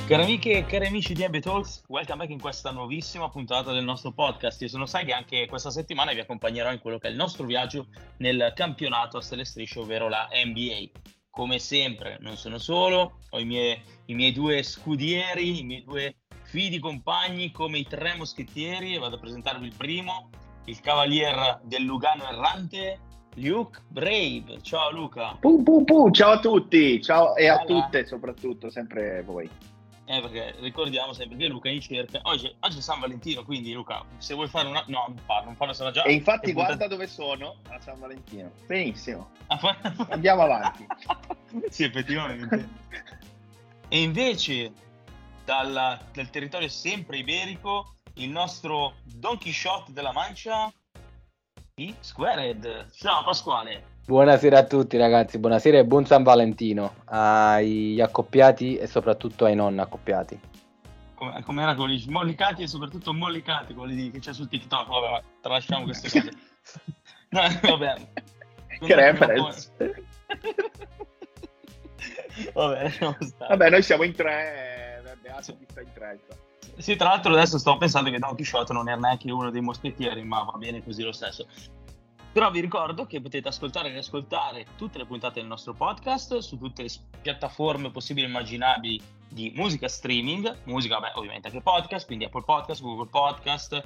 Cari amiche e cari amici di NBA Talks, welcome back in questa nuovissima puntata del nostro podcast. Io sono Sai che anche questa settimana vi accompagnerò in quello che è il nostro viaggio nel campionato a stelle strisce, ovvero la NBA. Come sempre, non sono solo, ho i miei due scudieri, i miei due fidi compagni come i tre moschettieri, e vado a presentarvi il primo, il cavalier del Lugano errante, Luke Brave. Ciao Luca. Ciao a tutti, ciao e a Voilà. tutte, soprattutto, sempre voi. Perché ricordiamo sempre che Luca è in cerca. Oggi è San Valentino, quindi Luca, se vuoi fare una... No, non farlo, sarà già... E infatti guarda dove sono, a San Valentino. Benissimo, Ah, andiamo avanti. Sì, effettivamente. E invece, dal territorio sempre iberico, il nostro Don Chisciotte della Mancia, di Squared. Ciao Pasquale. Buonasera a tutti ragazzi, buonasera e buon San Valentino agli accoppiati e soprattutto ai non accoppiati. Come era con gli smollicati e soprattutto mollicati, quelli che c'è su TikTok. Vabbè, tralasciamo queste cose. No, vabbè. Che reference. Vabbè, lasciamo stare. Vabbè, noi siamo in tre, Beato chi sta in tre. Sì, tra l'altro adesso sto pensando che Don Chisciotte non era neanche uno dei moschettieri, ma va bene così lo stesso. Però vi ricordo che potete ascoltare e riascoltare tutte le puntate del nostro podcast su tutte le piattaforme possibili e immaginabili di musica streaming, musica, beh, ovviamente anche podcast, quindi Apple Podcast, Google Podcast,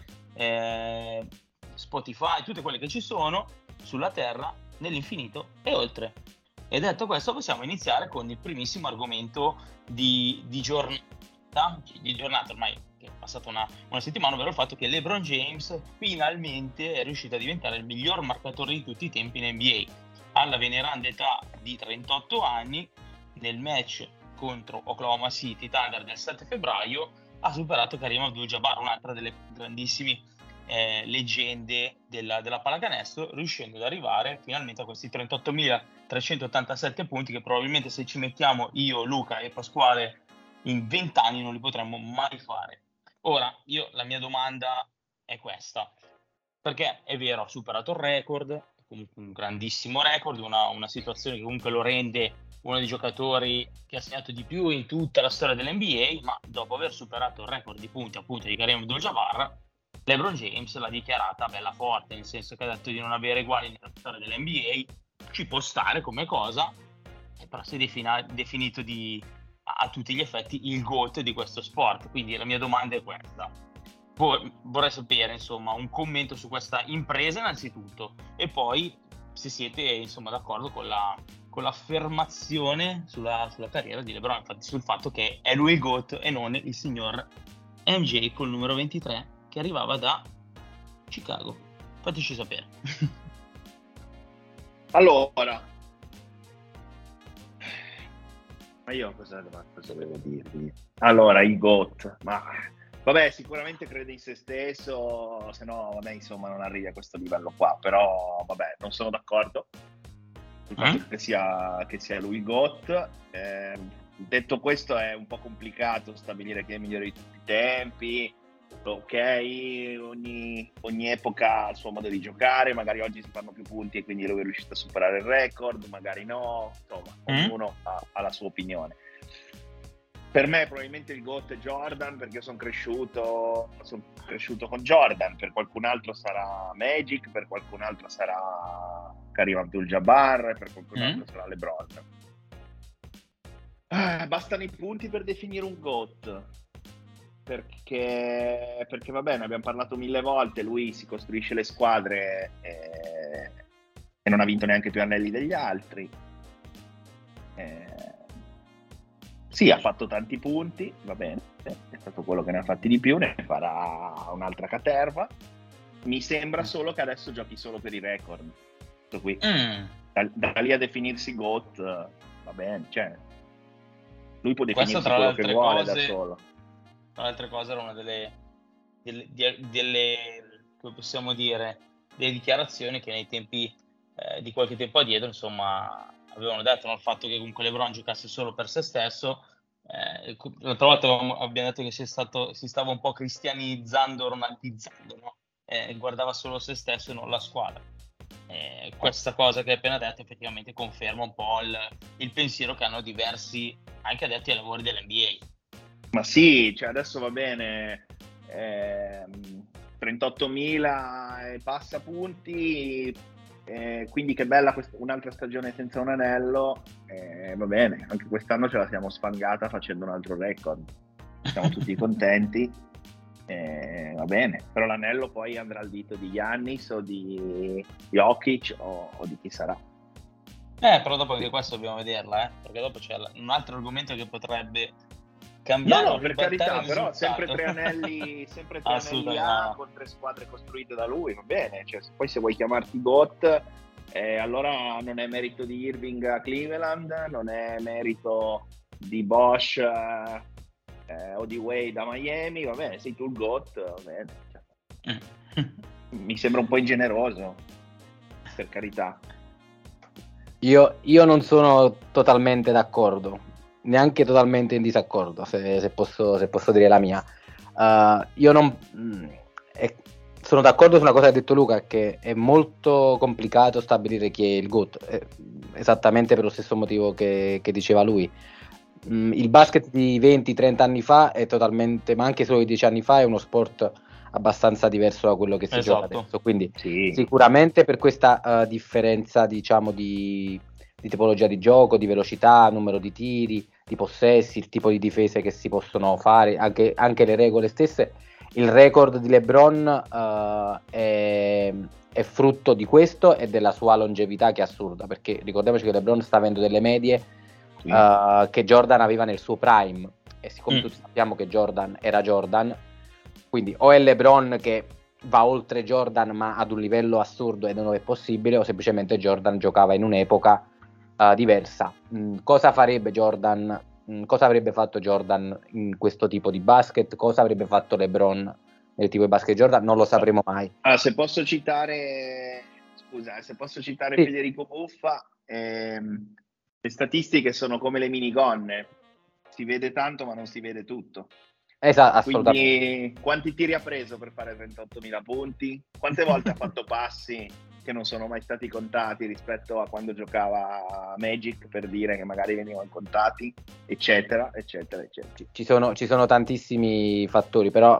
Spotify, tutte quelle che ci sono sulla Terra, nell'infinito e oltre. E detto questo possiamo iniziare con il primissimo argomento di giornata ormai, che è passata una settimana, ovvero il fatto che LeBron James finalmente è riuscito a diventare il miglior marcatore di tutti i tempi in NBA. Alla veneranda età di 38 anni, nel match contro Oklahoma City Thunder del 7 febbraio, ha superato Kareem Abdul-Jabbar, un'altra delle grandissime leggende della pallacanestro, riuscendo ad arrivare finalmente a questi 38.387 punti che probabilmente, se ci mettiamo io, Luca e Pasquale in 20 anni, non li potremmo mai fare. Ora, la mia domanda è questa, perché è vero, ha superato il record, comunque un grandissimo record, una situazione che comunque lo rende uno dei giocatori che ha segnato di più in tutta la storia dell'NBA, ma dopo aver superato il record di punti appunto di Kareem Abdul-Jabbar, LeBron James l'ha dichiarata bella forte, nel senso che ha detto di non avere uguali nella storia dell'NBA, ci può stare come cosa, però si è definito a tutti gli effetti il GOAT di questo sport. Quindi la mia domanda è questa: vorrei sapere insomma un commento su questa impresa innanzitutto, e poi se siete insomma d'accordo con l'affermazione sulla carriera di LeBron, infatti sul fatto che è lui il GOAT e non il signor MJ col numero 23 che arrivava da Chicago. Fateci sapere. Allora, ma io cosa devo dirvi? Allora, il GOAT, ma vabbè, sicuramente crede in se stesso, se no, vabbè, insomma, non arrivi a questo livello qua, però, vabbè, non sono d'accordo sul fatto che sia lui il GOAT. Detto questo, è un po' complicato stabilire chi è il migliore di tutti i tempi. Ok, ogni epoca ha il suo modo di giocare, magari oggi si fanno più punti e quindi lui è riuscito a superare il record, magari no, insomma, ognuno ha la sua opinione. Per me probabilmente il GOAT è Jordan, perché sono cresciuto con Jordan. Per qualcun altro sarà Magic, per qualcun altro sarà Kareem Abdul-Jabbar, per qualcun altro sarà LeBron. Bastano i punti per definire un GOAT, perché va bene, abbiamo parlato 1000 volte, lui si costruisce le squadre e non ha vinto neanche più anelli degli altri. Sì, ha fatto tanti punti, va bene, è stato quello che ne ha fatti di più, ne farà un'altra caterva. Mi sembra solo che adesso giochi solo per i record. Tutto qui. Da lì a definirsi GOAT, va bene, cioè lui può definirsi quello che vuole da solo. Tra le altre cose era una delle come possiamo dire, delle dichiarazioni che nei tempi di qualche tempo addietro, insomma, avevano detto, no? Il fatto che comunque LeBron giocasse solo per se stesso. L'altra volta abbiamo detto che si stava un po' cristianizzando, romantizzando, no? Guardava solo se stesso e non la squadra. Questa cosa che hai appena detto effettivamente conferma un po' il pensiero che hanno diversi anche addetti ai lavori dell'NBA. Ma sì, cioè adesso va bene, 38.000 e passa punti, quindi che bella un'altra stagione senza un anello, va bene, anche quest'anno ce la siamo sfangata facendo un altro record, siamo tutti contenti, va bene, però l'anello poi andrà al dito di Giannis o di Jokic o di chi sarà. Però dopo anche questo dobbiamo vederla, perché dopo c'è un altro argomento che potrebbe cambiare. No, per carità, però sempre tre anelli A con 3 squadre costruite da lui, va bene, cioè, poi se vuoi chiamarti GOAT, allora non è merito di Irving a Cleveland, non è merito di Bosch o di Wade a Miami, va bene, sei tu il GOAT, va bene. Cioè, mi sembra un po' ingeneroso, per carità. Io non sono totalmente d'accordo, neanche totalmente in disaccordo, se posso dire la mia. Sono d'accordo su una cosa che ha detto Luca, che è molto complicato stabilire chi è il GOAT, esattamente per lo stesso motivo che diceva lui. Il basket di 20-30 anni fa è totalmente, ma anche solo di 10 anni fa, è uno sport abbastanza diverso da quello che si gioca adesso, quindi sì, sicuramente per questa differenza, diciamo, di tipologia di gioco, di velocità, numero di tiri, di possessi, il tipo di difese che si possono fare, anche le regole stesse. Il record di LeBron è frutto di questo e della sua longevità, che è assurda, perché ricordiamoci che LeBron sta avendo delle medie che Jordan aveva nel suo prime, e siccome tutti sappiamo che Jordan era Jordan, quindi o è LeBron che va oltre Jordan ma ad un livello assurdo e non è possibile, o semplicemente Jordan giocava in un'epoca diversa. Cosa farebbe Jordan? Cosa avrebbe fatto Jordan in questo tipo di basket? Cosa avrebbe fatto LeBron nel tipo di basket Jordan? Non lo sapremo mai. Se posso citare sì, Federico Buffa, le statistiche sono come le minigonne, si vede tanto ma non si vede tutto. Esatto, assolutamente. Quindi quanti tiri ha preso per fare 38.000 punti? Quante volte ha fatto passi che non sono mai stati contati rispetto a quando giocava a Magic, per dire che magari venivano contati, eccetera, eccetera, eccetera. Ci sono tantissimi fattori, però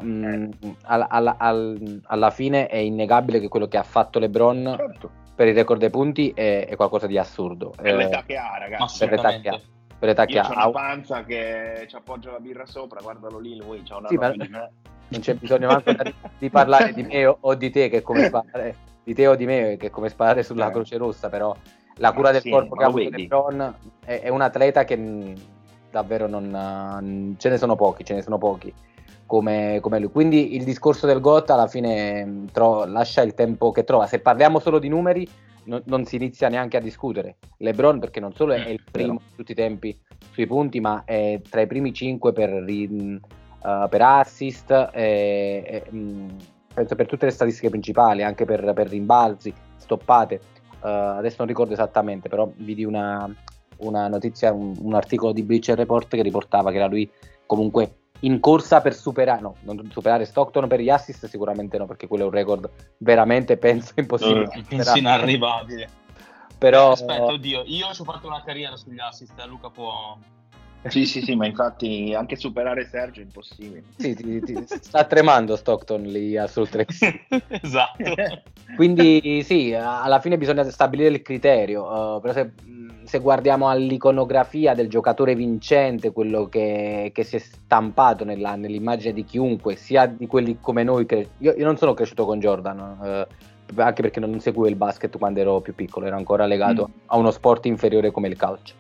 alla fine è innegabile che quello che ha fatto LeBron, certo, per il record dei punti è qualcosa di assurdo. Per l'età che ha, ragazzi. Per l'età che ha. Io c'ho una panza che ci appoggia la birra sopra, guardalo lì, lui c'ha una roba di me. Non c'è bisogno manco di parlare di me o di te, che è come sparare, di te o di me, che è come sparare sulla Croce Rossa, però la cura del corpo che ha avuto LeBron è un atleta che davvero non ce ne sono pochi come lui. Quindi il discorso del GOAT alla fine lascia il tempo che trova. Se parliamo solo di numeri, non si inizia neanche a discutere. LeBron, perché non solo è il primo di tutti i tempi sui punti, ma è tra i primi 5 per assist, penso per tutte le statistiche principali, anche per rimbalzi, stoppate. Adesso non ricordo esattamente, però vidi una notizia, un articolo di Bleacher Report che riportava che era lui comunque in corsa per non superare Stockton per gli assist, sicuramente no, perché quello è un record veramente, penso, impossibile. Penso inarrivabile. Però aspetta, oddio, io ci ho fatto una carriera sugli assist, Luca può... Sì, ma infatti anche superare Sergio è impossibile. Sì, sta tremando Stockton lì sul 3. Esatto. Quindi sì, alla fine bisogna stabilire il criterio, però se guardiamo all'iconografia del giocatore vincente, quello che si è stampato nell'immagine di chiunque, sia di quelli come noi, io non sono cresciuto con Jordan, anche perché non seguivo il basket quando ero più piccolo, ero ancora legato a uno sport inferiore come il calcio.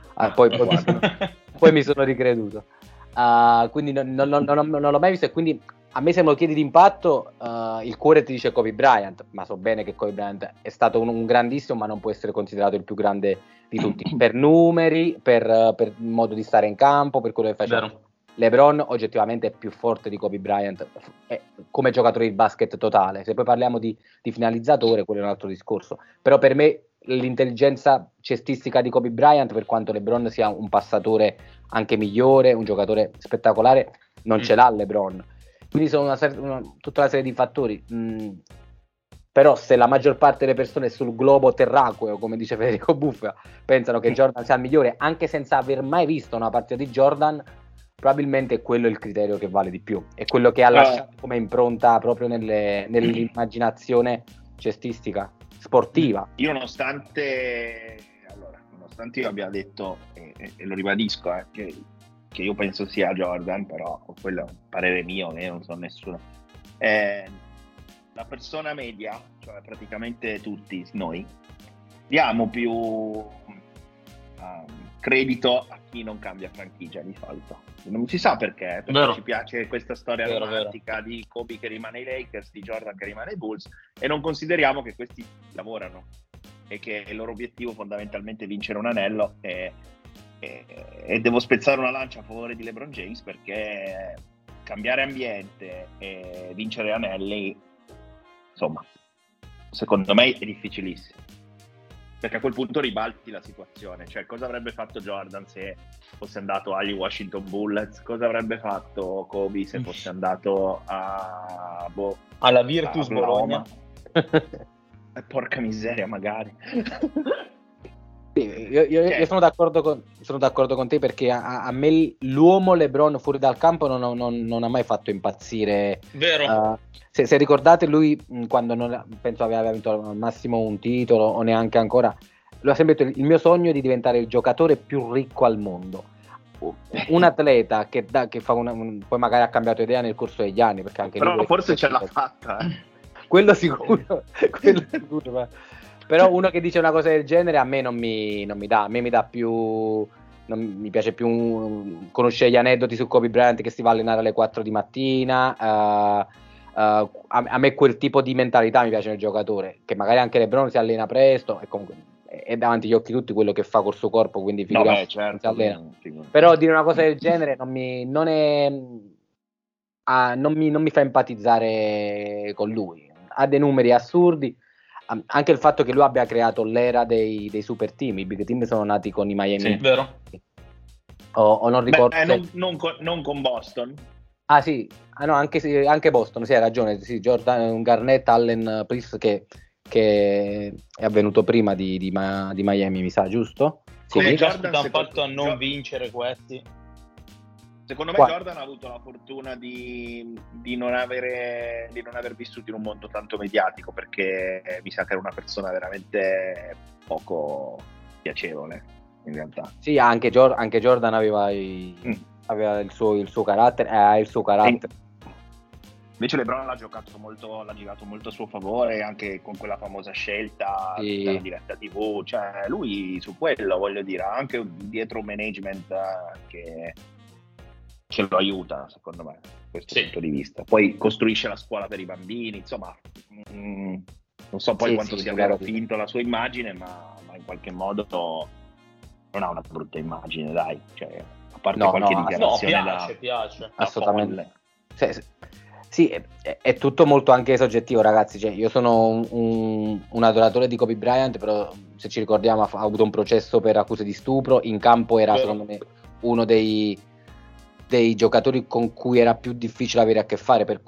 Poi mi sono ricreduto, quindi non l'ho mai visto, e quindi a me, se me lo chiedi d'impatto, il cuore ti dice Kobe Bryant, ma so bene che Kobe Bryant è stato un grandissimo, ma non può essere considerato il più grande di tutti, per numeri, per modo di stare in campo, per quello che faceva. Vero. LeBron oggettivamente è più forte di Kobe Bryant come giocatore di basket totale. Se poi parliamo di finalizzatore, quello è un altro discorso, però per me l'intelligenza cestistica di Kobe Bryant, per quanto LeBron sia un passatore anche migliore, un giocatore spettacolare, non ce l'ha LeBron. Quindi sono tutta una serie di fattori. Però se la maggior parte delle persone sul globo terracqueo, come dice Federico Buffa, pensano che Jordan sia il migliore, anche senza aver mai visto una partita di Jordan, probabilmente quello è il criterio che vale di più, è quello che ha lasciato come impronta proprio nell'immaginazione cestistica sportiva. Io nonostante io abbia detto, e lo ribadisco, che io penso sia Jordan, però quello è un parere mio, io non so nessuno, la persona media, cioè praticamente tutti noi, diamo più credito a chi non cambia franchigia di solito. Non si sa perché ci piace questa storia romantica di Kobe che rimane ai Lakers, di Jordan che rimane ai Bulls, e non consideriamo che questi lavorano e che il loro obiettivo fondamentalmente è vincere un anello, e devo spezzare una lancia a favore di LeBron James, perché cambiare ambiente e vincere anelli, insomma, secondo me è difficilissimo, perché a quel punto ribalti la situazione. Cioè, cosa avrebbe fatto Jordan se fosse andato agli Washington Bullets? Cosa avrebbe fatto Kobe se fosse andato alla Virtus Bologna? Porca miseria, magari. Sì, io sono d'accordo con te, perché a me l'uomo LeBron fuori dal campo non ha mai fatto impazzire. Vero. Se ricordate, lui quando penso aveva vinto al massimo un titolo o neanche ancora, lui ha sempre detto: il mio sogno è di diventare il giocatore più ricco al mondo. Un atleta che fa poi magari ha cambiato idea nel corso degli anni, perché anche però lui forse ce l'ha fatta, quello sicuro. Però uno che dice una cosa del genere a me non mi dà, a me mi dà più, non mi piace più conoscere gli aneddoti su Kobe Bryant che si va a allenare alle 4 di mattina. A me quel tipo di mentalità mi piace nel giocatore, che magari anche LeBron si allena presto e comunque è davanti agli occhi tutti quello che fa col suo corpo, quindi figuriamoci, certo, si allena. Però dire una cosa del genere non mi fa empatizzare con lui. Ha dei numeri assurdi, anche il fatto che lui abbia creato l'era dei super team. I big team sono nati con i Miami. Sì, vero. O non ricordo. Non con Boston. Ah sì, no, anche Boston, sì, hai ragione, sì, Jordan, Garnett, Allen, Prince che è avvenuto prima di Miami, mi sa, giusto? Come sì. Jordan ha fatto a non vincere questi? Secondo me Jordan ha avuto la fortuna di non aver vissuto in un mondo tanto mediatico, perché mi sa che era una persona veramente poco piacevole, in realtà. Sì, anche Jordan aveva il suo carattere, ha il suo carattere. Invece LeBron l'ha giocato molto a suo favore, anche con quella famosa scelta della diretta TV. Cioè, lui su quello, voglio dire, ha anche dietro un management che lo aiuta, secondo me, da questo punto di vista. Poi costruisce la scuola per i bambini, insomma, non so poi quanto sia vero finto la sua immagine, ma in qualche modo non ha una brutta immagine, dai. Cioè, a parte qualche dichiarazione piace. Assolutamente. Sì, è tutto molto anche soggettivo, ragazzi. Cioè, io sono un adoratore di Kobe Bryant, però se ci ricordiamo ha avuto un processo per accuse di stupro. In campo era secondo me uno dei giocatori con cui era più difficile avere a che fare, per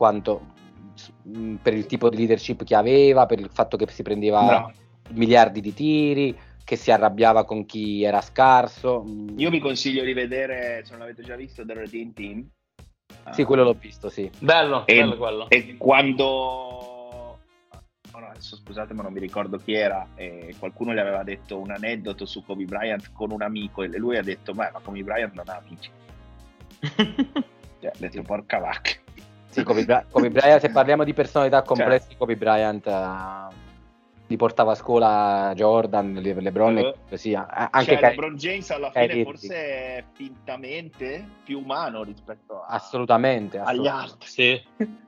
il tipo di leadership che aveva, per il fatto che si prendeva miliardi di tiri, che si arrabbiava con chi era scarso. Io vi consiglio di vedere, se non l'avete già visto, The Redeem Team. Sì, quello l'ho visto, sì. Bello quello. E quando adesso scusate ma non mi ricordo chi era, e qualcuno gli aveva detto un aneddoto su Kobe Bryant con un amico, e lui ha detto ma Kobe Bryant non ha amici. Cioè, ha detto porca vacca. Sì, Kobe Bryant, se parliamo di personalità complesse, Kobe Bryant li portava a scola Jordan, LeBron, così. Anche LeBron James alla fine forse è fintamente più umano rispetto assolutamente agli altri. Sì.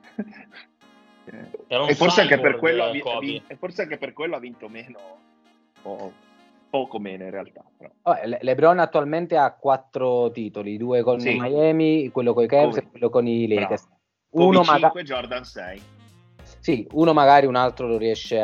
E forse anche per quello ha vinto meno, o poco meno in realtà. Però. LeBron attualmente ha 4 titoli, 2 con Miami, quello con i Cavs e quello con i Lakers. Uno 5, Jordan 6. Sì, uno magari, un altro lo riesce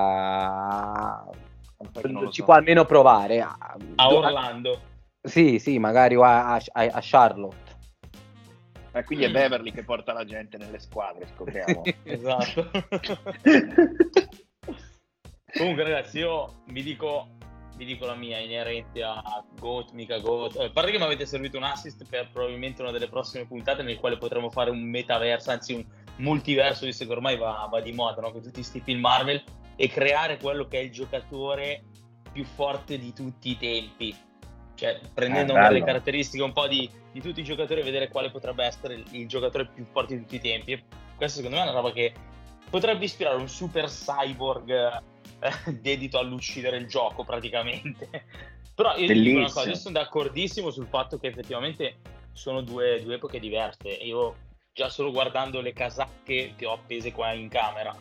ci può almeno provare a Orlando. Sì, magari a Charlotte. Quindi è Beverly che porta la gente nelle squadre, scopriamo. Esatto. Comunque ragazzi, io vi dico vi dico la mia inerente a GOAT, mica GOAT. A parte che mi avete servito un assist per probabilmente una delle prossime puntate, nel quale potremo fare un metaverso, anzi un multiverso, visto che ormai va di moda, no? Con tutti questi film Marvel, e creare quello che è il giocatore più forte di tutti i tempi, cioè prendendo le caratteristiche un po' di tutti i giocatori e vedere quale potrebbe essere il giocatore più forte di tutti i tempi. E questa secondo me è una roba che potrebbe ispirare un super cyborg dedito all'uccidere il gioco praticamente. Però io ti dico una cosa, io sono d'accordissimo sul fatto che effettivamente sono due epoche diverse. Io già solo guardando le casacche che ho appese qua in camera,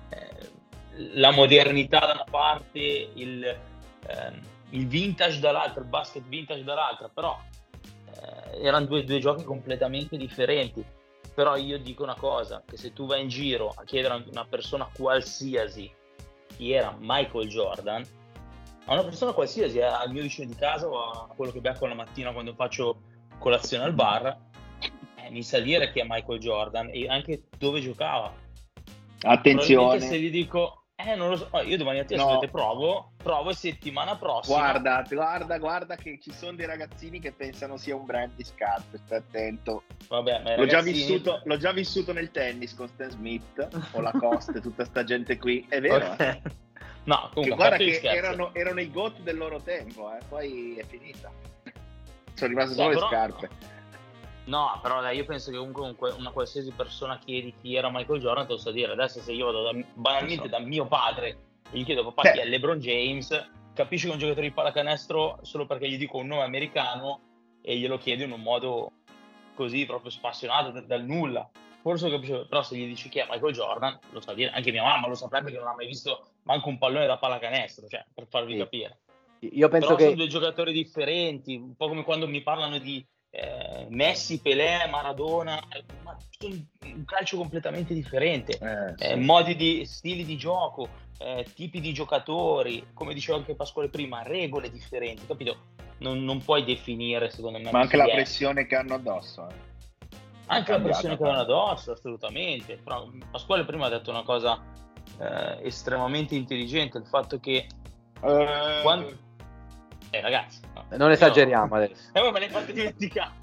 la modernità da una parte, il vintage dall'altra, il basket vintage dall'altra, però erano due giochi completamente differenti. Però io dico una cosa, che se tu vai in giro a chiedere a una persona qualsiasi chi era Michael Jordan, a una persona qualsiasi, al mio vicino di casa o a quello che becco la mattina quando faccio colazione al bar, mi sa dire chi è Michael Jordan e anche dove giocava. Attenzione, se gli dico non lo so, io domani mattina provo e settimana prossima guarda che ci sono dei ragazzini che pensano sia un brand di scarpe, stai attento. Vabbè, l'ho già vissuto nel tennis con Stan Smith o Lacoste e tutta sta gente qui, è vero. Okay. No, comunque, che guarda che erano i GOAT del loro tempo, poi è finita, sono rimaste solo le scarpe. No, però dai, io penso che comunque una qualsiasi persona chiedi chi era Michael Jordan te lo sa dire. Adesso se io vado banalmente da mio padre e gli chiedo papà chi è LeBron James, capisci che è un giocatore di pallacanestro solo perché gli dico un nome americano e glielo chiedo in un modo così proprio spassionato dal nulla. Forse lo capisco, però se gli dici chi è Michael Jordan lo sa dire. Anche mia mamma lo saprebbe che non ha mai visto manco un pallone da pallacanestro, cioè per farvi capire. Io penso però che sono due giocatori differenti, un po' come quando mi parlano di Messi, Pelé, Maradona, ma sono un calcio completamente differente, modi di stili di gioco, tipi di giocatori, come diceva anche Pasquale prima, regole differenti, capito? Non puoi definire, secondo me, ma anche la pressione che hanno addosso. Anche la pressione che hanno addosso, assolutamente. Però Pasquale prima ha detto una cosa estremamente intelligente, il fatto che quando ragazzi, no, non esageriamo adesso. Me l'hai fatto dimenticare.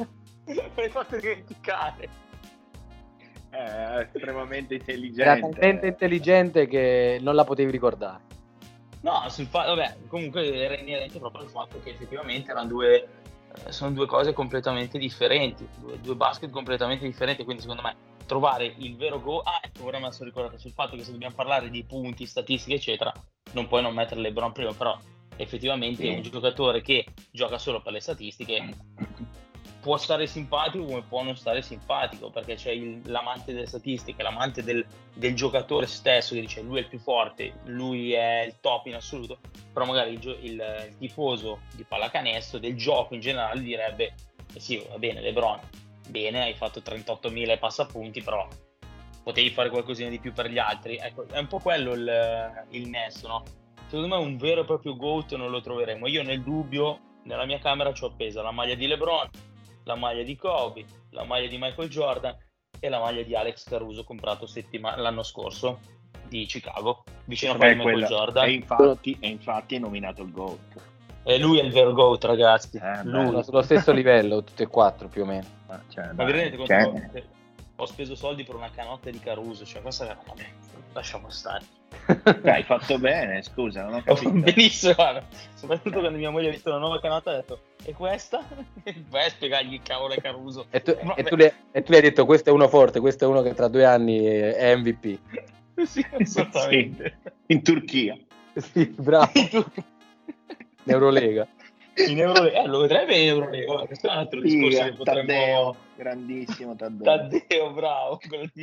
È estremamente intelligente. Era talmente intelligente che non la potevi ricordare. No, sul fatto, vabbè, comunque era inerente proprio al fatto che effettivamente sono due cose completamente differenti, due basket completamente differenti, quindi secondo me trovare il vero ecco, ora me la sono ricordata sul fatto che se dobbiamo parlare di punti, statistiche eccetera, non puoi non mettere LeBron prima, però effettivamente un giocatore che gioca solo per le statistiche può stare simpatico come può non stare simpatico, perché c'è l'amante delle statistiche, l'amante del giocatore stesso che dice lui è il più forte, lui è il top in assoluto, però magari il tifoso di pallacanestro, del gioco in generale, direbbe sì, va bene LeBron, bene, hai fatto 38.000 passapunti, però potevi fare qualcosina di più per gli altri. Ecco, è un po' quello il nesso, no? Secondo me un vero e proprio GOAT non lo troveremo. Io nel dubbio, nella mia camera ci ho appesa la maglia di LeBron, la maglia di Kobe, la maglia di Michael Jordan e la maglia di Alex Caruso comprato l'anno scorso di Chicago, vicino a Michael Jordan. E infatti è nominato il GOAT. E lui è il vero GOAT, ragazzi. Lui sullo stesso livello, tutti e quattro più o meno. Ma vi rendete conto? Ho speso soldi per una canotta di Caruso, cioè questa è lasciamo stare. Hai fatto bene, scusa, non ho capito. Benissimo, guarda. Soprattutto quando mia moglie ha visto la nuova canotta ha detto e questa? Vai a spiegargli il cavolo è Caruso. E tu le hai detto questo è uno forte, questo è uno che tra 2 anni è MVP. Sì, assolutamente. Sì, in Turchia. Sì, bravo. In Eurolega. In Eurolega, lo vedrebbe in Eurolega. Questo è un altro discorso che potremmo... Taddeo, grandissimo Taddeo. Taddeo, bravo.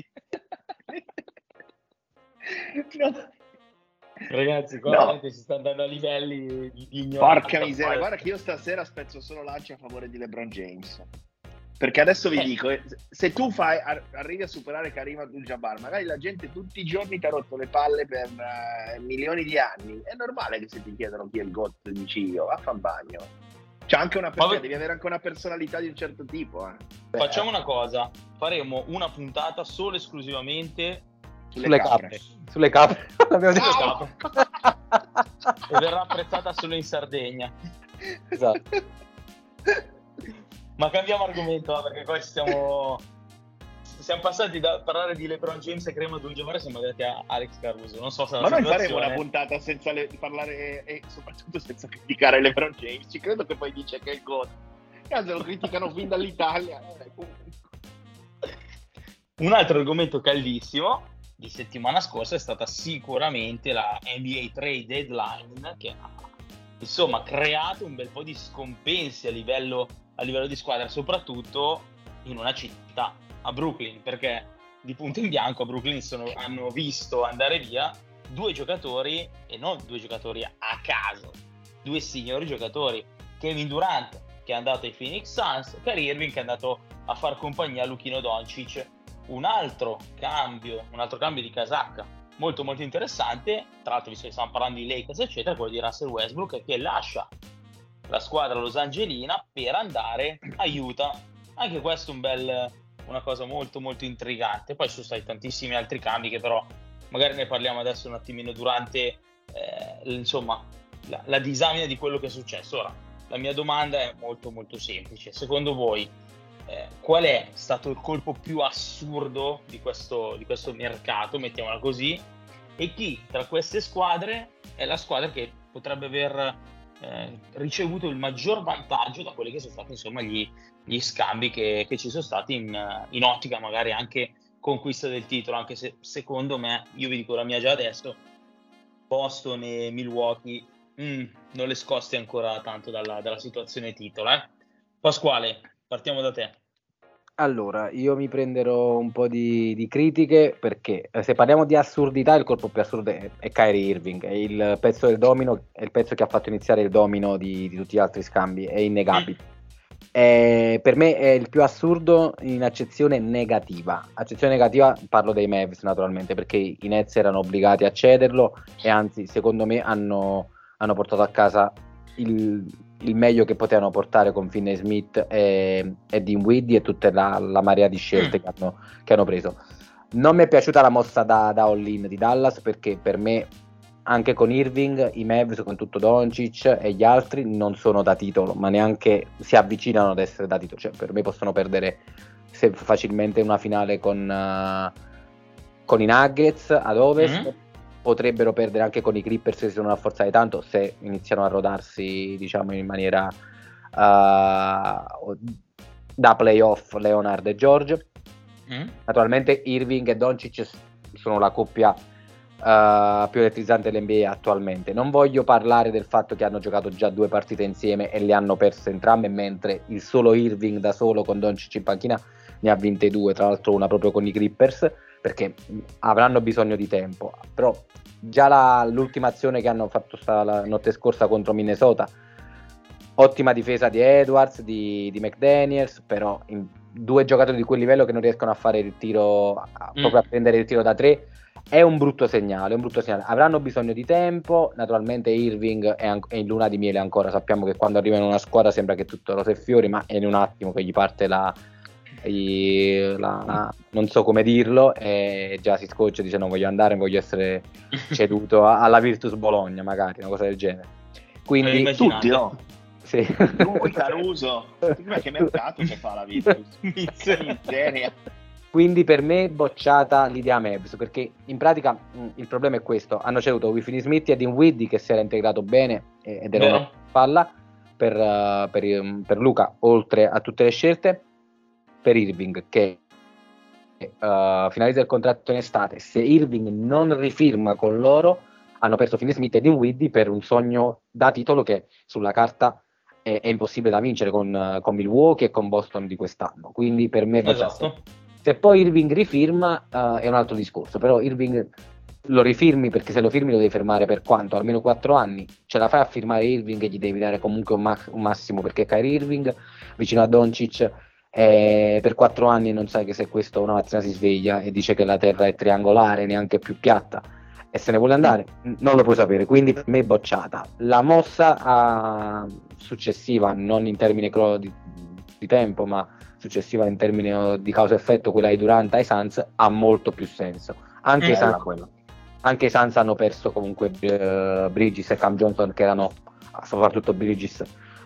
No. Ragazzi, qua si sta andando a livelli di ignoranza. Porca miseria, guarda che io stasera spezzo solo lance a favore di LeBron James. Perché adesso vi dico, se tu arrivi a superare Kareem Abdul-Jabbar, magari la gente tutti i giorni ti ha rotto le palle per milioni di anni. È normale che se ti chiedono chi è il GOAT dici io, va a far bagno. C'è anche devi avere anche una personalità di un certo tipo. Facciamo una cosa, faremo una puntata solo esclusivamente sulle capre. Sulle capre. e verrà apprezzata solo in Sardegna. Esatto. Ma cambiamo argomento, perché poi siamo passati da parlare di LeBron James e Kareem Abdul-Jabbar, siamo andati a Alex Caruso. Non so se ma noi faremo una puntata senza parlare e soprattutto senza criticare LeBron James. Ci credo che poi dice che è il GOAT. Caso lo criticano fin dall'Italia. Un altro argomento caldissimo di settimana scorsa è stata sicuramente la NBA Trade Deadline, che ha insomma creato un bel po' di scompensi a livello di squadra, soprattutto in una città, a Brooklyn, perché di punto in bianco a Brooklyn hanno visto andare via due giocatori, e non due giocatori a caso, due signori giocatori: Kevin Durant, che è andato ai Phoenix Suns, e Kyrie Irving, che è andato a far compagnia a Luchino Doncic. Un altro cambio di casacca molto molto interessante, tra l'altro, visto che stiamo parlando di Lakers eccetera, quello di Russell Westbrook, che lascia la squadra losangelina per andare a Utah. Anche questo una cosa molto molto intrigante. Poi ci sono stati tantissimi altri cambi che però magari ne parliamo adesso un attimino durante insomma la disamina di quello che è successo. Ora, la mia domanda è molto molto semplice: secondo voi qual è stato il colpo più assurdo di questo mercato, mettiamola così, e chi tra queste squadre è la squadra che potrebbe aver ricevuto il maggior vantaggio da quelli che sono stati insomma gli scambi che ci sono stati in ottica magari anche conquista del titolo? Anche se secondo me, io vi dico la mia già adesso, Boston e Milwaukee non le scoste ancora tanto dalla situazione titolo. Pasquale, partiamo da te. Allora, io mi prenderò un po' di critiche, perché se parliamo di assurdità, il colpo più assurdo è Kyrie Irving, è il pezzo del domino, è il pezzo che ha fatto iniziare il domino di tutti gli altri scambi, è innegabile. Per me è il più assurdo in accezione negativa. Accezione negativa, parlo dei Mavs naturalmente, perché i Nets erano obbligati a cederlo e anzi secondo me hanno portato a casa il meglio che potevano portare con Finney Smith e Dinwiddie e tutta la marea di scelte che hanno preso. Non mi è piaciuta la mossa da all-in di Dallas, perché per me anche con Irving i Mavs, con tutto Doncic e gli altri, non sono da titolo, ma neanche si avvicinano ad essere da titolo. Cioè, per me possono perdere facilmente una finale con i Nuggets ad Ovest. Potrebbero perdere anche con i Clippers, che si sono rafforzati tanto, se iniziano a rodarsi, diciamo, in maniera da playoff Leonard e George. Naturalmente Irving e Doncic sono la coppia più elettrizzante dell'NBA attualmente. Non voglio parlare del fatto che hanno giocato già 2 partite insieme e le hanno perse entrambe, mentre il solo Irving da solo con Doncic in panchina ne ha vinte 2, tra l'altro una proprio con i Clippers, perché avranno bisogno di tempo. Però già l'ultima azione che hanno fatto la notte scorsa contro Minnesota, ottima difesa di Edwards, di McDaniels, però in 2 giocatori di quel livello che non riescono a fare il tiro, proprio a prendere il tiro da 3, è un brutto segnale. Avranno bisogno di tempo. Naturalmente Irving è in luna di miele ancora, sappiamo che quando arriva in una squadra sembra che tutto rose e fiori, ma è in un attimo che gli parte non so come dirlo, e già si scoccia, dice: non voglio andare, voglio essere ceduto alla Virtus Bologna, magari una cosa del genere. Quindi tutti, no? Sì. Lui, Caruso, prima che mercato che fa la Virtus? Miseria. Quindi per me bocciata l'idea Mavs, perché in pratica il problema è questo: hanno ceduto Finney Smith e Dinwiddie, che si era integrato bene ed era una palla per Luca, oltre a tutte le scelte. Per Irving, che finalizza il contratto in estate, se Irving non rifirma con loro, hanno perso Finney Smith e Dinwiddie per un sogno da titolo che sulla carta è impossibile da vincere con Milwaukee e con Boston di quest'anno. Quindi per me se poi Irving rifirma è un altro discorso, però Irving lo rifirmi, perché se lo firmi lo devi fermare per quanto? Almeno 4 anni. Ce la fai a firmare Irving e gli devi dare comunque un massimo, perché Kyrie Irving vicino a Doncic per 4 anni, non sai che se questo una mattina si sveglia e dice che la terra è triangolare, neanche più piatta, e se ne vuole andare, non lo puoi sapere. Quindi per me è bocciata. La mossa successiva, non in termini di tempo, ma successiva in termini di causa-effetto, quella di Durant ai Suns, ha molto più senso. Anche quello. Anche i Suns hanno perso comunque Bridges e Cam Johnson, che erano soprattutto Bridges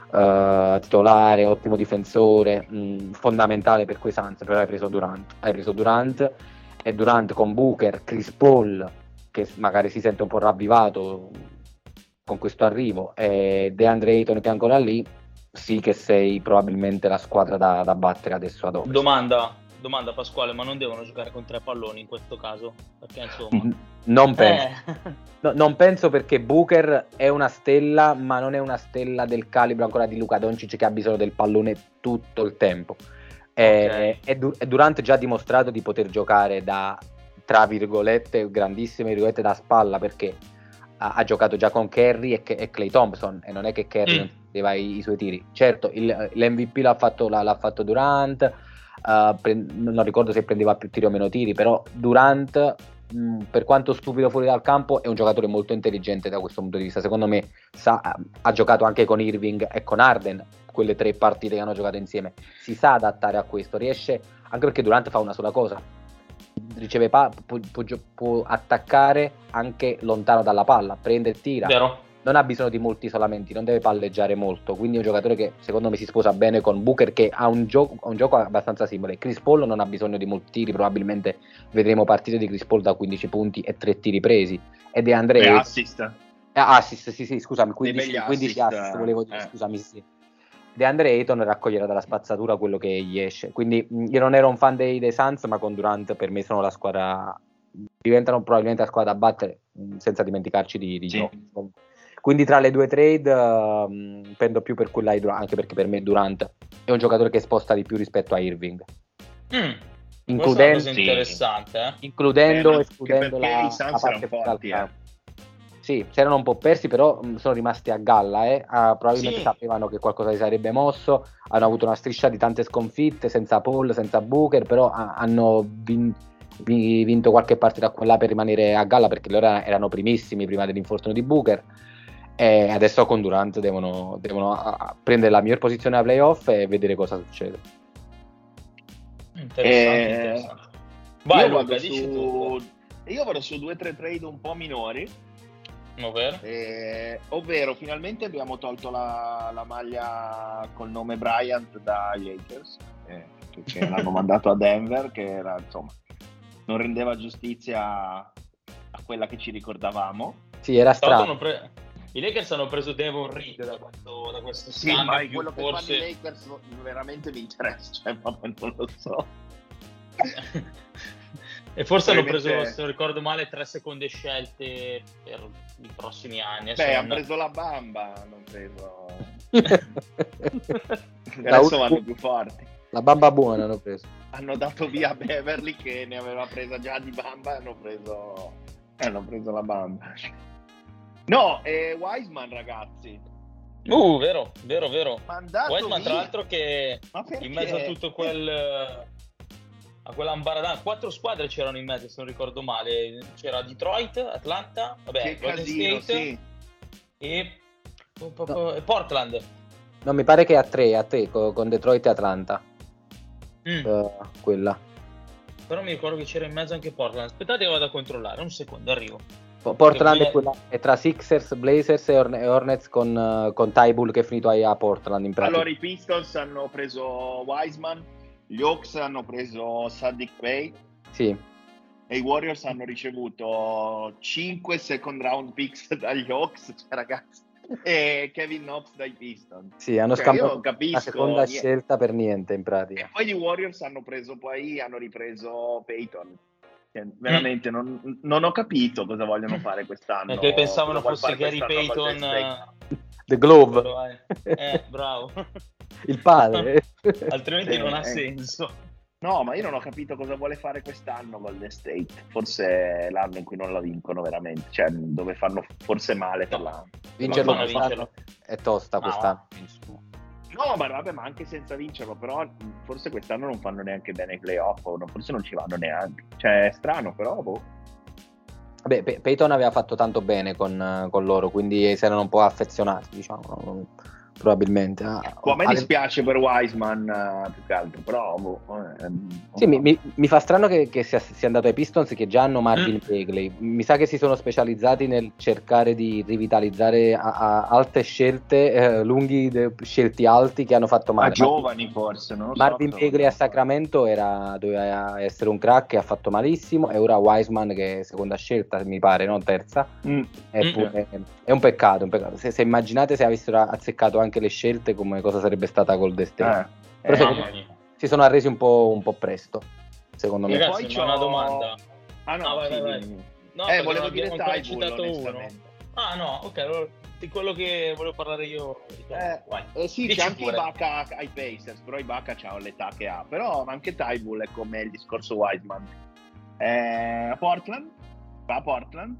titolare, ottimo difensore, fondamentale per quei Suns, però hai preso Durant e Durant con Booker, Chris Paul che magari si sente un po' ravvivato con questo arrivo, e DeAndre Ayton che è ancora lì, sì che sei probabilmente la squadra da battere adesso ad Ovest. Domanda Pasquale, ma non devono giocare con 3 palloni in questo caso? Perché insomma... Non penso. Non penso, perché Booker è una stella, ma non è una stella del calibro ancora di Luka Doncic, che ha bisogno del pallone tutto il tempo. Okay. E Durant già ha dimostrato di poter giocare da, tra virgolette, grandissime virgolette, da spalla, perché ha giocato già con Curry e Klay Thompson, e non è che Curry non aveva i suoi tiri. Certo, l'MVP l'ha fatto Durant, non ricordo se prendeva più tiri o meno tiri, però Durant, per quanto stupido fuori dal campo, è un giocatore molto intelligente da questo punto di vista. Secondo me ha giocato anche con Irving e con Harden, quelle 3 partite che hanno giocato insieme, si sa adattare a questo, riesce, anche perché Durant fa una sola cosa: riceve può attaccare anche lontano dalla palla, prende e tira. Vero? Non ha bisogno di molti isolamenti, non deve palleggiare molto, quindi è un giocatore che secondo me si sposa bene con Booker, che ha un gioco abbastanza simile. Chris Paul non ha bisogno di molti tiri, probabilmente vedremo partite di Chris Paul da 15 punti e 3 tiri presi, ed è Andrea assist, sì, scusami, 15 assist volevo dire, scusami, sì. DeAndre Ayton raccoglierà dalla spazzatura quello che gli esce. Quindi io non ero un fan dei Suns, ma con Durant per me sono la squadra, diventano probabilmente la squadra da battere, senza dimenticarci di Sì. gioco. Quindi tra le due trade pendo più per quella di Durant, anche perché per me Durant è un giocatore che sposta di più rispetto a Irving. Includendo, cosa interessante, includendo escludendo i Suns parte forti, Sì, si erano un po' persi, però sono rimasti a galla, probabilmente sapevano che qualcosa si sarebbe mosso, hanno avuto una striscia di tante sconfitte, senza Paul, senza Booker, però hanno vinto qualche partita qua là per rimanere a galla, perché loro erano primissimi prima dell'infortunio di Booker, e adesso con Durant devono prendere la miglior posizione ai playoff e vedere cosa succede. Interessante. Vai Luca, dici tu. Io vado su 2-3 trade un po' minori. Ovvero finalmente abbiamo tolto la maglia col nome Bryant dai Lakers, che l'hanno mandato a Denver, che era, insomma, non rendeva giustizia a quella che ci ricordavamo. Sì, era strano. I Lakers hanno preso Devon Reed da questo scambio. Sì, ma quello che fanno i Lakers veramente mi interessa, cioè, non lo so. E forse hanno preso, se non ricordo male, 3 seconde scelte per i prossimi anni. Hanno preso la Bamba, hanno preso... Adesso vanno più forti. La Bamba buona hanno preso. Hanno dato via Beverly, che ne aveva presa già di Bamba, e hanno preso la Bamba. No, Wiseman, ragazzi. Vero. Wiseman, tra l'altro, che in mezzo a tutto a quell'ambaradan, 4 squadre c'erano in mezzo, se non ricordo male. C'era Detroit, Atlanta, Golden casino, State, e Portland. No, mi pare che a 3 con Detroit e Atlanta. Quella. Però mi ricordo che c'era in mezzo anche Portland. Aspettate che vado a controllare, un secondo, arrivo. Portland è quella, è tra Sixers, Blazers e Hornets, con Tybull che è finito a Portland in pratica. Allora i Pistons hanno preso Wiseman, gli Hawks hanno preso Saddiq Bey, sì, e i Warriors hanno ricevuto 5 second round picks dagli Hawks, cioè, ragazzi, e Kevin Knox dai Pistons. Sì, hanno scambiato la seconda scelta per niente in pratica. E poi gli Warriors hanno ripreso Peyton. Veramente non ho capito cosa vogliono fare quest'anno. Perché pensavano fosse Gary Payton, The Glove. Bravo. Il padre. Altrimenti non ha senso. No, ma io non ho capito cosa vuole fare quest'anno Golden State. Forse è l'anno in cui non la vincono veramente, cioè dove fanno forse male per l'anno. Vincerlo è tosta quest'anno. No, ma vabbè, ma anche senza vincerlo, però forse quest'anno non fanno neanche bene i playoff, forse non ci vanno neanche. Cioè, è strano, però Peyton aveva fatto tanto bene con loro, quindi si erano un po' affezionati, diciamo. probabilmente. A me dispiace per Wiseman più che altro, però sì, mi fa strano che sia andato ai Pistons, che già hanno Marvin Bagley. Mi sa che si sono specializzati nel cercare di rivitalizzare a alte scelte, lunghi scelti alti che hanno fatto male. Giovani forse, non lo Marvin so. Bagley a Sacramento doveva essere un crack e ha fatto malissimo, e ora Wiseman, che è seconda scelta mi pare, non terza, è un peccato. Se immaginate se avessero azzeccato anche le scelte, come cosa sarebbe stata Golden State. Però si sono arresi un po' presto, secondo me. Ragazzi, c'ho una domanda. Vai. No, volevo dire Tybull, onestamente. No, ok, allora di quello che volevo parlare io. Sì, c'è anche Ibaka ai Pacers, però Ibaka c'ha l'età che ha, però anche Tybull è come il discorso Wiseman. Va a Portland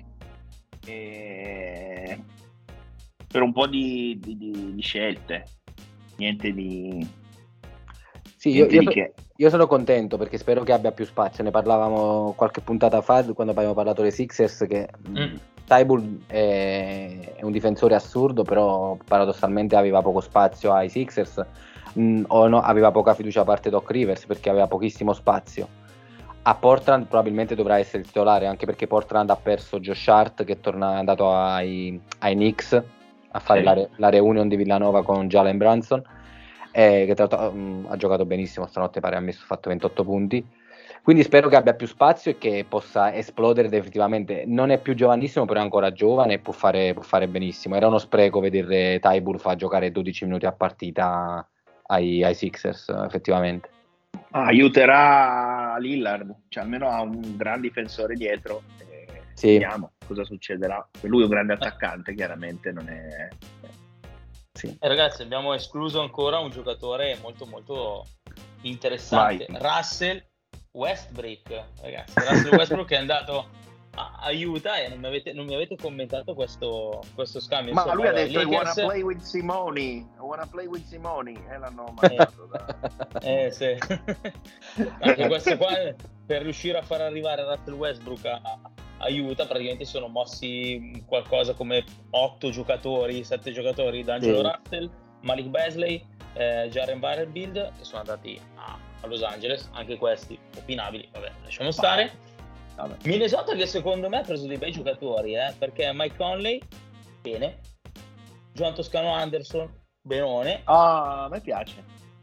per un po' di scelte, niente di... Sì, io sono contento perché spero che abbia più spazio. Ne parlavamo qualche puntata fa quando abbiamo parlato dei Sixers, che Tybull è un difensore assurdo, però paradossalmente aveva poco spazio ai Sixers, aveva poca fiducia da parte Doc Rivers perché aveva pochissimo spazio. A Portland probabilmente dovrà essere il titolare, anche perché Portland ha perso Josh Hart, che è andato ai Knicks a fare la reunion di Villanova con Jalen Brunson, che tra l'altro ha giocato benissimo stanotte, pare ha fatto 28 punti. Quindi spero che abbia più spazio e che possa esplodere definitivamente. Non è più giovanissimo, però è ancora giovane e può fare benissimo. Era uno spreco vedere Tybull fa giocare 12 minuti a partita ai Sixers, effettivamente. Aiuterà Lillard, cioè almeno ha un gran difensore dietro. Vediamo cosa succederà. Lui è un grande attaccante, chiaramente non è... Sì. Ragazzi, abbiamo escluso ancora un giocatore molto molto interessante. Vai. Russell Westbrook, ragazzi. Russell Westbrook è andato a Utah e non mi avete commentato questo scambio. Ma insomma, lui ha detto Lakers... I wanna play with Simone e l'hanno mandato sì. Anche questo qua, per riuscire a far arrivare Russell Westbrook a Utah, praticamente sono mossi qualcosa come 7 giocatori, D'Angelo Russell, Malik Beasley, Jaren Vanderbilt, che sono andati a Los Angeles, anche questi opinabili, vabbè, lasciamo stare. Vabbè. Minnesota, che secondo me ha preso dei bei giocatori, perché Mike Conley, bene, Juan Toscano Anderson, benone, a me piace,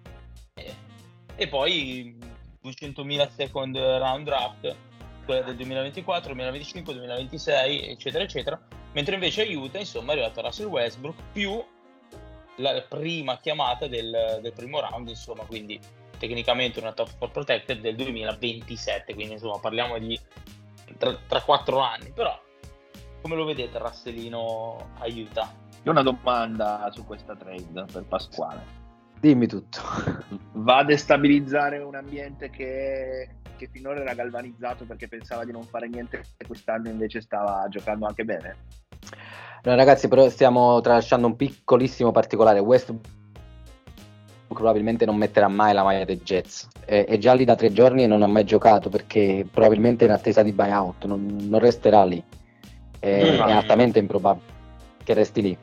e poi 200.000 second round draft, quella del 2024, 2025, 2026, eccetera eccetera, mentre invece a Utah insomma è arrivato Russell Westbrook più la prima chiamata del primo round, insomma, quindi tecnicamente una top 4 protected del 2027, quindi insomma parliamo di tra 4 anni. Però come lo vedete Russellino a Utah? Io ho una domanda su questa trade per Pasquale. Dimmi tutto. Va a destabilizzare un ambiente che finora era galvanizzato perché pensava di non fare niente, e quest'anno invece stava giocando anche bene? No, ragazzi, però stiamo tralasciando un piccolissimo particolare. Westbrook probabilmente non metterà mai la maglia dei Jets, è già lì da 3 giorni e non ha mai giocato perché probabilmente è in attesa di buyout, non resterà lì, è altamente improbabile che resti lì.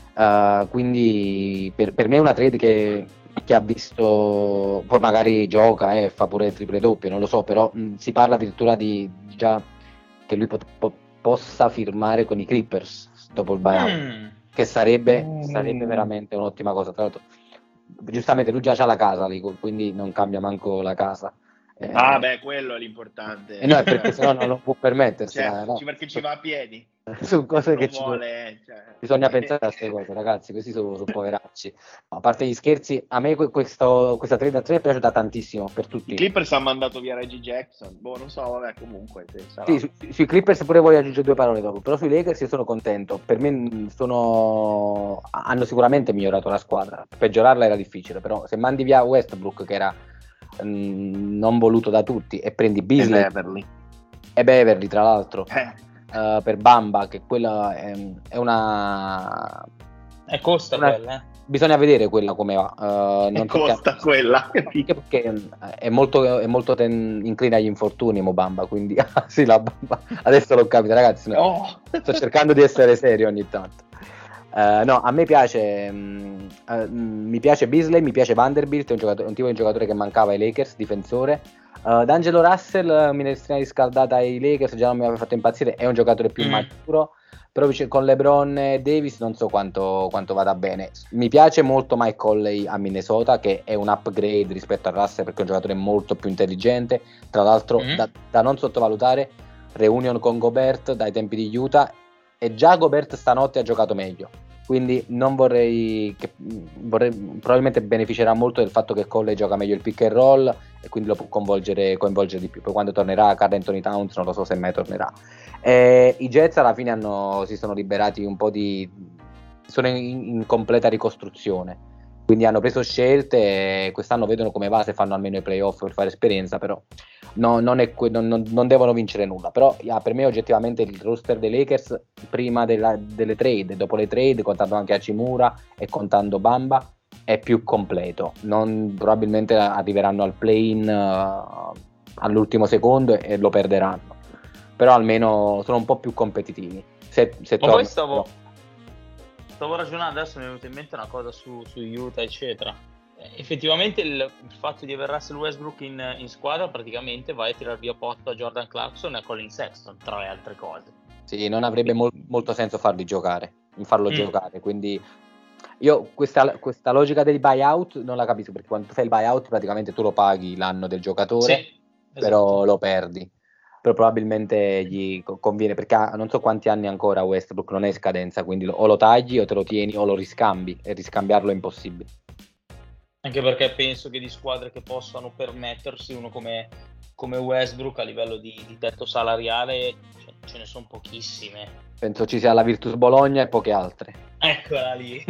Quindi per me è una trade che ha visto, poi magari gioca e fa pure triple doppie, non lo so, però si parla addirittura di già che lui possa firmare con i Clippers dopo il buyout, che sarebbe veramente un'ottima cosa. Tra l'altro giustamente lui già c'ha la casa lì, quindi non cambia manco la casa. Beh, quello è l'importante. No, perché sennò non lo può permettersi. Certo, perché ci va a piedi. Su cose che vuole, bisogna pensare a queste cose, ragazzi, questi sono poveracci. A parte gli scherzi, a me questa trade a 3 è piaciuta tantissimo per tutti. I Clippers hanno mandato via Reggie Jackson, non so, vabbè, comunque sì, sui Clippers pure voglio aggiungere 2 parole dopo, però sui Lakers io sono contento. Per me hanno sicuramente migliorato la squadra, peggiorarla era difficile, però se mandi via Westbrook, che era non voluto da tutti, e prendi Beasley e Beverly tra l'altro per Bamba, che quella è una quella bisogna vedere quella come va, non costa quella perché è molto incline agli infortuni Bamba, quindi sì, la Bamba adesso l'ho capito, ragazzi, sto cercando di essere serio ogni tanto. No, a me piace mi piace Beasley, mi piace Vanderbilt, è un tipo di giocatore che mancava ai Lakers, difensore. D'Angelo Russell, minestrina riscaldata ai Lakers, già non mi aveva fatto impazzire, è un giocatore più maturo, però con LeBron e Davis non so quanto vada bene. Mi piace molto Mike Conley a Minnesota, che è un upgrade rispetto a Russell perché è un giocatore molto più intelligente, tra l'altro da non sottovalutare, reunion con Gobert dai tempi di Utah, e già Gobert stanotte ha giocato meglio, quindi non vorrei probabilmente beneficerà molto del fatto che Conley gioca meglio il pick and roll e quindi lo può coinvolgere di più. Poi quando tornerà Karl Anthony Towns non lo so se mai tornerà. I Jets alla fine si sono liberati un po' sono in completa ricostruzione, quindi hanno preso scelte e quest'anno vedono come va, se fanno almeno i playoff per fare esperienza, però non devono vincere nulla. Però per me oggettivamente il roster dei Lakers prima delle trade, dopo le trade, contando anche Hachimura e contando Bamba, è più completo. Probabilmente arriveranno al play-in all'ultimo secondo e lo perderanno, però almeno sono un po' più competitivi. Poi stavo ragionando, adesso mi è venuta in mente una cosa su Utah eccetera. Effettivamente il fatto di aver Russell Westbrook in squadra praticamente vai a tirar via posto a Jordan Clarkson e a Colin Sexton, tra le altre cose. Sì, non avrebbe molto senso farlo giocare, quindi io questa logica del buyout non la capisco, perché quando tu fai il buyout praticamente tu lo paghi l'anno del giocatore, sì, però esatto, lo perdi. Però probabilmente gli conviene, perché non so quanti anni ancora Westbrook, non è in scadenza, quindi o lo tagli o te lo tieni o lo riscambi, e riscambiarlo è impossibile. Anche perché penso che di squadre che possano permettersi uno come Westbrook a livello di tetto salariale ce ne sono pochissime. Penso ci sia la Virtus Bologna e poche altre. Eccola lì.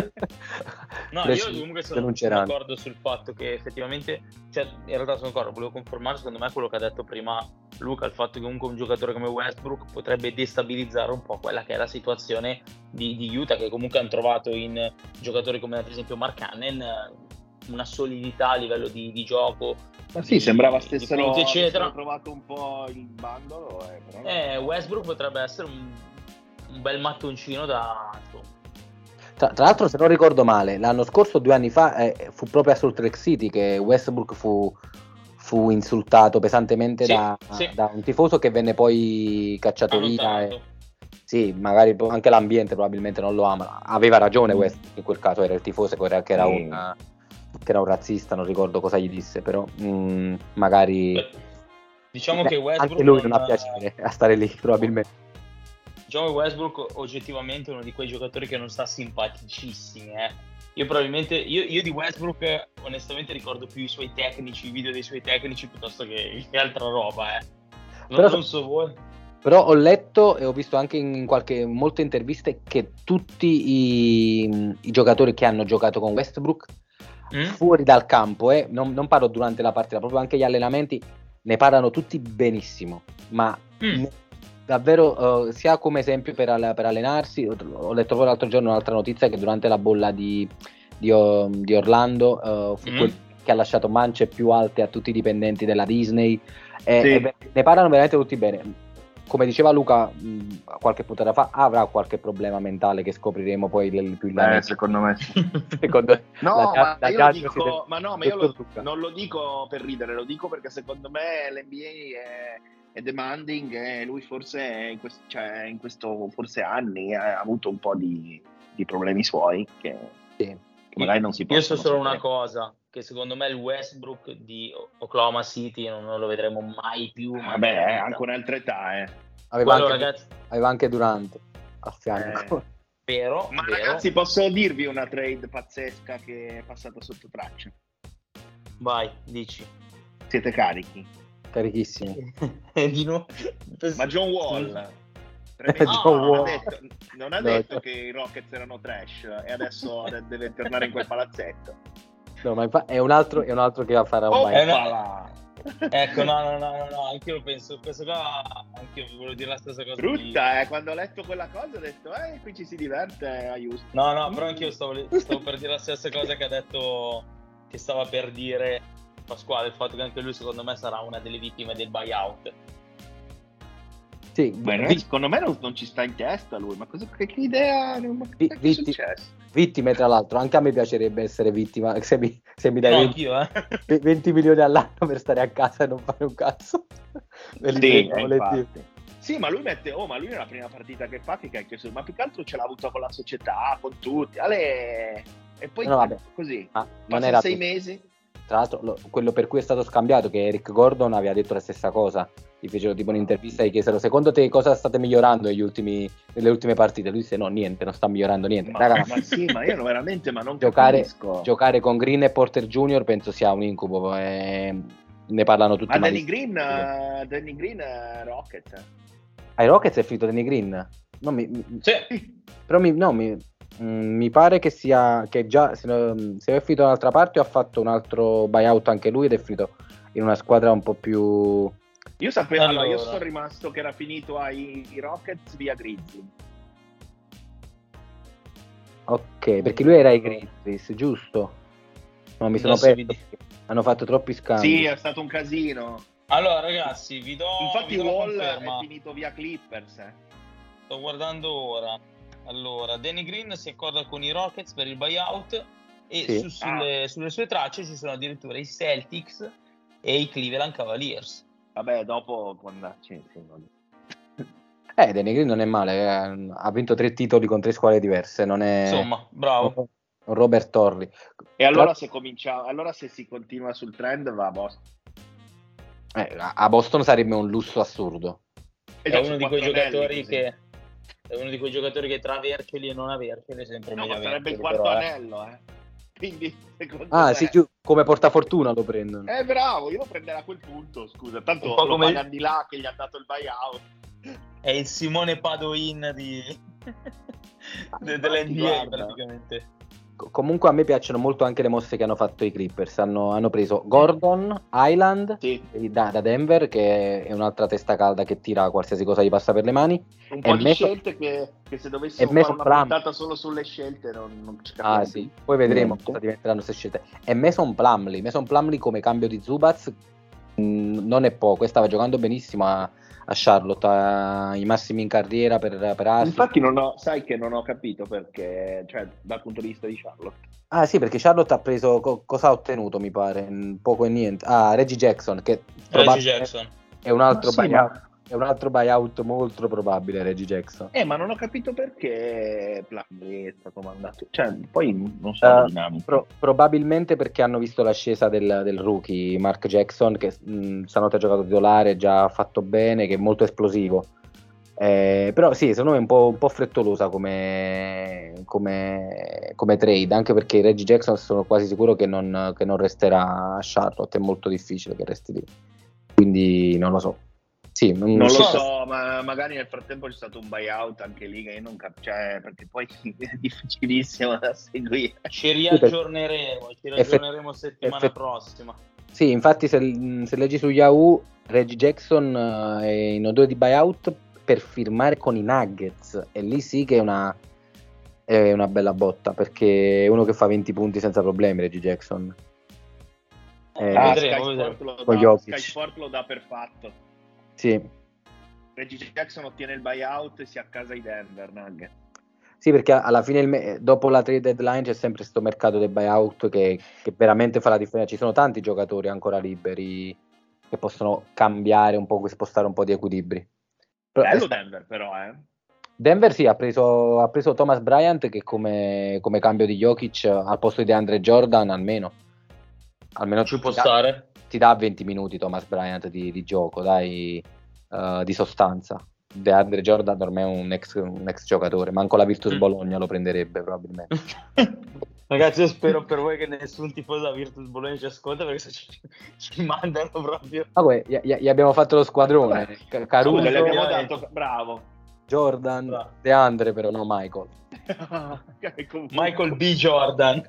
No, io comunque sono d'accordo sul fatto che effettivamente, cioè in realtà sono d'accordo, volevo confermare secondo me quello che ha detto prima Luca, il fatto che comunque un giocatore come Westbrook potrebbe destabilizzare un po' quella che è la situazione di Utah, che comunque hanno trovato in giocatori come per esempio Mark Cannon una solidità a livello di gioco. Ma sì, sembrava stessero trovato un po' il bandolo. Però Westbrook potrebbe essere un bel mattoncino da... Tra l'altro, se non ricordo male, l'anno scorso, 2 anni fa, fu proprio a Salt Lake City che Westbrook fu insultato pesantemente da un tifoso che venne poi cacciato via. Sì, magari anche l'ambiente probabilmente non lo ama. Aveva ragione Westbrook in quel caso, era il tifoso che era un razzista, non ricordo cosa gli disse, però magari diciamo che Westbrook anche lui non ha piacere a stare lì, probabilmente. Diciamo che Westbrook oggettivamente è uno di quei giocatori che non sta simpaticissimi, Io probabilmente io di Westbrook onestamente ricordo più i suoi tecnici, i video dei suoi tecnici piuttosto che altra roba, non so voi. Però ho letto e ho visto anche in molte interviste che tutti i giocatori che hanno giocato con Westbrook fuori dal campo, non parlo durante la partita, proprio anche gli allenamenti, ne parlano tutti benissimo, ma davvero sia come esempio per allenarsi. Ho letto poi l'altro giorno un'altra notizia, che durante la bolla di Orlando fu quel che ha lasciato mance più alte a tutti i dipendenti della Disney, e ne parlano veramente tutti bene. Come diceva Luca qualche puntata fa, avrà qualche problema mentale che scopriremo poi più in là. Secondo me sì. No, ma io non lo dico per ridere, lo dico perché secondo me l'NBA è demanding, e lui forse in questo forse anni ha avuto un po' di problemi suoi che magari non si possono. Io so solo una cosa, che secondo me il Westbrook di Oklahoma City non lo vedremo mai più. Vabbè, anche un'altra età, aveva anche Durant a fianco. Vero. Ragazzi, posso dirvi una trade pazzesca che è passata sotto traccia? Vai, dici. Siete carichi? Carichissimi. Di nuovo. Ma John Wall non ha detto che i Rockets erano trash e adesso deve tornare in quel palazzetto. No, ma è un altro che va a fare un buyout. Ecco, no, anche io penso, questo qua, anche io volevo dire la stessa cosa. Brutta, quando ho letto quella cosa ho detto, qui ci si diverte a Houston. No, però anche io stavo per dire la stessa cosa che ha detto, che stava per dire Pasquale, il fatto che anche lui secondo me sarà una delle vittime del buyout. Sì, secondo me non ci sta in testa lui, ma che idea, che è successo? Vittime, tra l'altro, anche a me piacerebbe essere vittima, se mi dai 20 milioni all'anno per stare a casa e non fare un cazzo. Sì, ma lui ma lui nella prima partita che fa, che cacchio, ma più che altro ce l'ha avuta con la società, con tutti, e poi così, non era 6 mesi. Tra l'altro, quello per cui è stato scambiato, che Eric Gordon aveva detto la stessa cosa, gli fecero tipo un'intervista e gli chiesero: secondo te cosa state migliorando nelle ultime partite? Lui disse: no, niente, non sta migliorando niente. Ma sì, ma io veramente non capisco. Giocare con Green e Porter Jr. penso sia un incubo, ne parlano tutti. Ma Danny Green Rockets. Ai Rockets è finito Danny Green? Sì. Però mi pare che già se è finito da un'altra parte o ha fatto un altro buyout anche lui ed è finito in una squadra un po' più... Io sapevo, io sono rimasto che era finito ai Rockets via Grizzly. Ok, perché lui era ai Grizzlies, giusto? No, mi sono perso. Hanno fatto troppi scambi. Sì, è stato un casino. Allora ragazzi, infatti Wall è finito via Clippers. Sto guardando ora. Allora, Danny Green si accorda con i Rockets per il buyout e sulle sue tracce ci sono addirittura i Celtics e i Cleveland Cavaliers. Vabbè, dopo può andarci. Danny Green non è male, ha vinto 3 titoli con 3 squadre diverse, non è... Insomma, bravo. Robert Torrey. E allora se si continua sul trend va a Boston. A Boston sarebbe un lusso assurdo. È uno di quei giocatori che... È uno di quei giocatori che tra averceli e non averceli è sempre meglio. Ma sarebbe il quarto anello, Quindi, secondo me... sì, come portafortuna lo prendono. Bravo, io lo prenderei a quel punto, scusa. Tanto lo pagano di là che gli ha dato il buyout. È il Simone Padoin dell'NBA praticamente. Comunque a me piacciono molto anche le mosse che hanno fatto i Clippers. Hanno preso Gordon, Highland da Denver, che è un'altra testa calda che tira qualsiasi cosa gli passa per le mani. Un po' di scelte che se dovessimo fare una puntata solo sulle scelte non ci capiamo. Sì, poi vedremo cosa diventeranno queste scelte. E Mason Plumlee come cambio di Zubats non è poco, stava giocando benissimo a Charlotte, i massimi in carriera per Asus. Infatti sai che non ho capito perché, cioè dal punto di vista di Charlotte. Sì, perché Charlotte ha preso cosa ha ottenuto, mi pare, poco e niente. Reggie Jackson, che è un altro buyout. È un altro buyout molto probabile, Reggie Jackson. Ma non ho capito perché Plumlee è stato mandato. Cioè, poi non so la dinamica. Probabilmente perché hanno visto l'ascesa del rookie Mark Jackson, che stanotte ha giocato titolare, già fatto bene, che è molto esplosivo. Però sì, secondo me è un po' frettolosa come trade, anche perché Reggie Jackson sono quasi sicuro che non resterà a Charlotte, è molto difficile che resti lì. Quindi non lo so. Sì, non lo so, ma magari nel frattempo c'è stato un buyout anche lì che io non capisco, perché poi è difficilissimo da seguire. Ci riaggiorneremo settimana prossima. Sì, infatti se leggi su Yahoo, Reggie Jackson è in odore di buyout per firmare con i Nuggets, e lì sì che è una bella botta, perché è uno che fa 20 punti senza problemi, Reggie Jackson. Sky Sport lo dà per fatto. Sì. Reggie Jackson ottiene il buyout e si accasa i Denver Nuggets. Sì, perché alla fine dopo la trade deadline c'è sempre questo mercato del buyout che veramente fa la differenza. Ci sono tanti giocatori ancora liberi che possono cambiare un po', spostare un po' di equilibri. Bello Denver però, Denver sì, ha preso Thomas Bryant, che come cambio di Jokic al posto di DeAndre Jordan almeno ci può stare. Ti dà 20 minuti Thomas Bryant di gioco, dai, di sostanza. DeAndre Jordan ormai è un ex giocatore, manco la Virtus Bologna lo prenderebbe probabilmente. Ragazzi, io spero per voi che nessun tifoso della Virtus Bologna ci ascolta, perché se ci mandano proprio. Gli abbiamo fatto lo squadrone. Caruso, gli abbiamo dato, bravo. Jordan, DeAndre però, no Michael. Michael B. Jordan.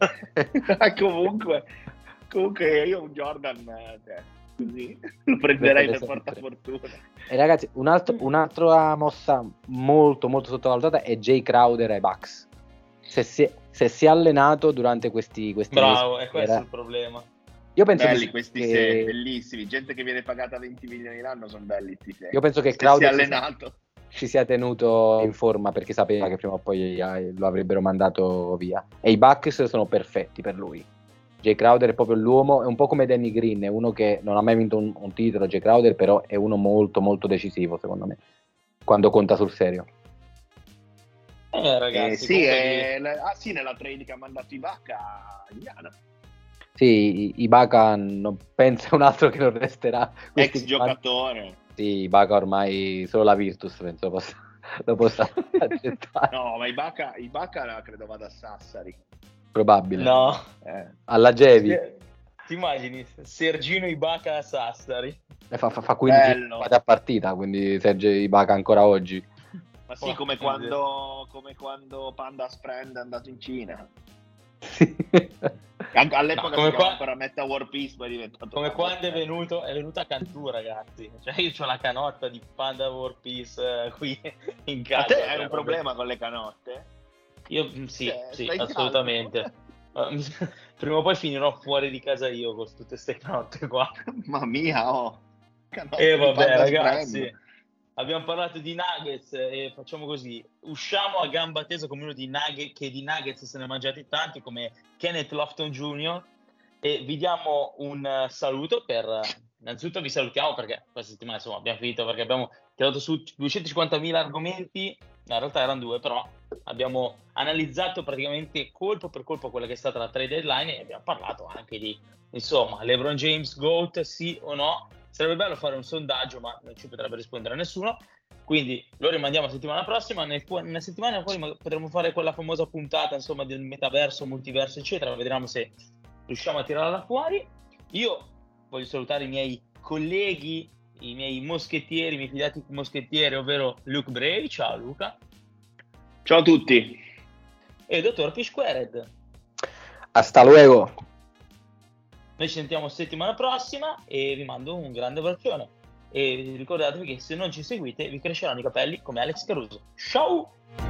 Comunque io un Jordan così lo prenderei per portafortuna. E ragazzi, un'altra mossa molto molto sottovalutata è Jay Crowder ai Bucks. Se si è allenato durante questi bravo, mesi, è questo il problema. Io penso belli questi sei, bellissimi, gente che viene pagata 20 milioni l'anno, sono belli sti sei. Io penso che Crowder Crowder si è allenato. si sia tenuto in forma perché sapeva che prima o poi lo avrebbero mandato via, e i Bucks sono perfetti per lui. Jay Crowder è proprio l'uomo, è un po' come Danny Green, è uno che non ha mai vinto un titolo, Jay Crowder, però è uno molto molto decisivo secondo me, quando conta sul serio. Ragazzi, sì, nella trade che ha mandato Ibaka, Indiana. Sì, Ibaka non pensa un altro che non resterà. Ex giocatore. Sì, Ibaka ormai solo la Virtus penso lo possa accettare. No, ma Ibaka credo vada a Sassari. Probabile. No. Alla Gevi. Ti immagini Sergino Ibaka a Sassari? Fa 15 a partita, quindi Sergio Ibaka ancora oggi. Ma sì, come quando Panda Sprend è andato in Cina. Sì. All'epoca si chiamava ancora Meta War Peace, poi è diventato come quando è venuto a Cantù, ragazzi. Cioè io ho la canotta di Panda War Peace qui in casa. Ma te hai un problema con le canotte? Io sì, assolutamente. Prima o poi finirò fuori di casa io con tutte queste canotte qua. Mamma mia, E vabbè, ragazzi, abbiamo parlato di Nuggets e facciamo così: usciamo a gamba tesa come uno che di Nuggets se ne ha mangiati tanti, come Kenneth Lofton Jr., e vi diamo un saluto innanzitutto vi salutiamo perché questa settimana insomma abbiamo finito, perché abbiamo tirato su 250.000 argomenti. In realtà erano 2, però abbiamo analizzato praticamente colpo per colpo quella che è stata la trade deadline e abbiamo parlato anche di, insomma, LeBron James GOAT, sì o no. Sarebbe bello fare un sondaggio, ma non ci potrebbe rispondere nessuno, quindi lo rimandiamo la settimana prossima. Nella settimana poi potremo fare quella famosa puntata, insomma, del metaverso, multiverso, eccetera. Vedremo se riusciamo a tirarla fuori. Io voglio salutare i miei colleghi, i miei moschettieri, i miei fidati moschettieri, ovvero Luke Bray. Ciao Luca. Ciao a tutti. E il dottor P-Squared. Hasta luego. Noi ci sentiamo settimana prossima e vi mando un grande abbraccione. E ricordatevi che se non ci seguite vi cresceranno i capelli come Alex Caruso. Ciao!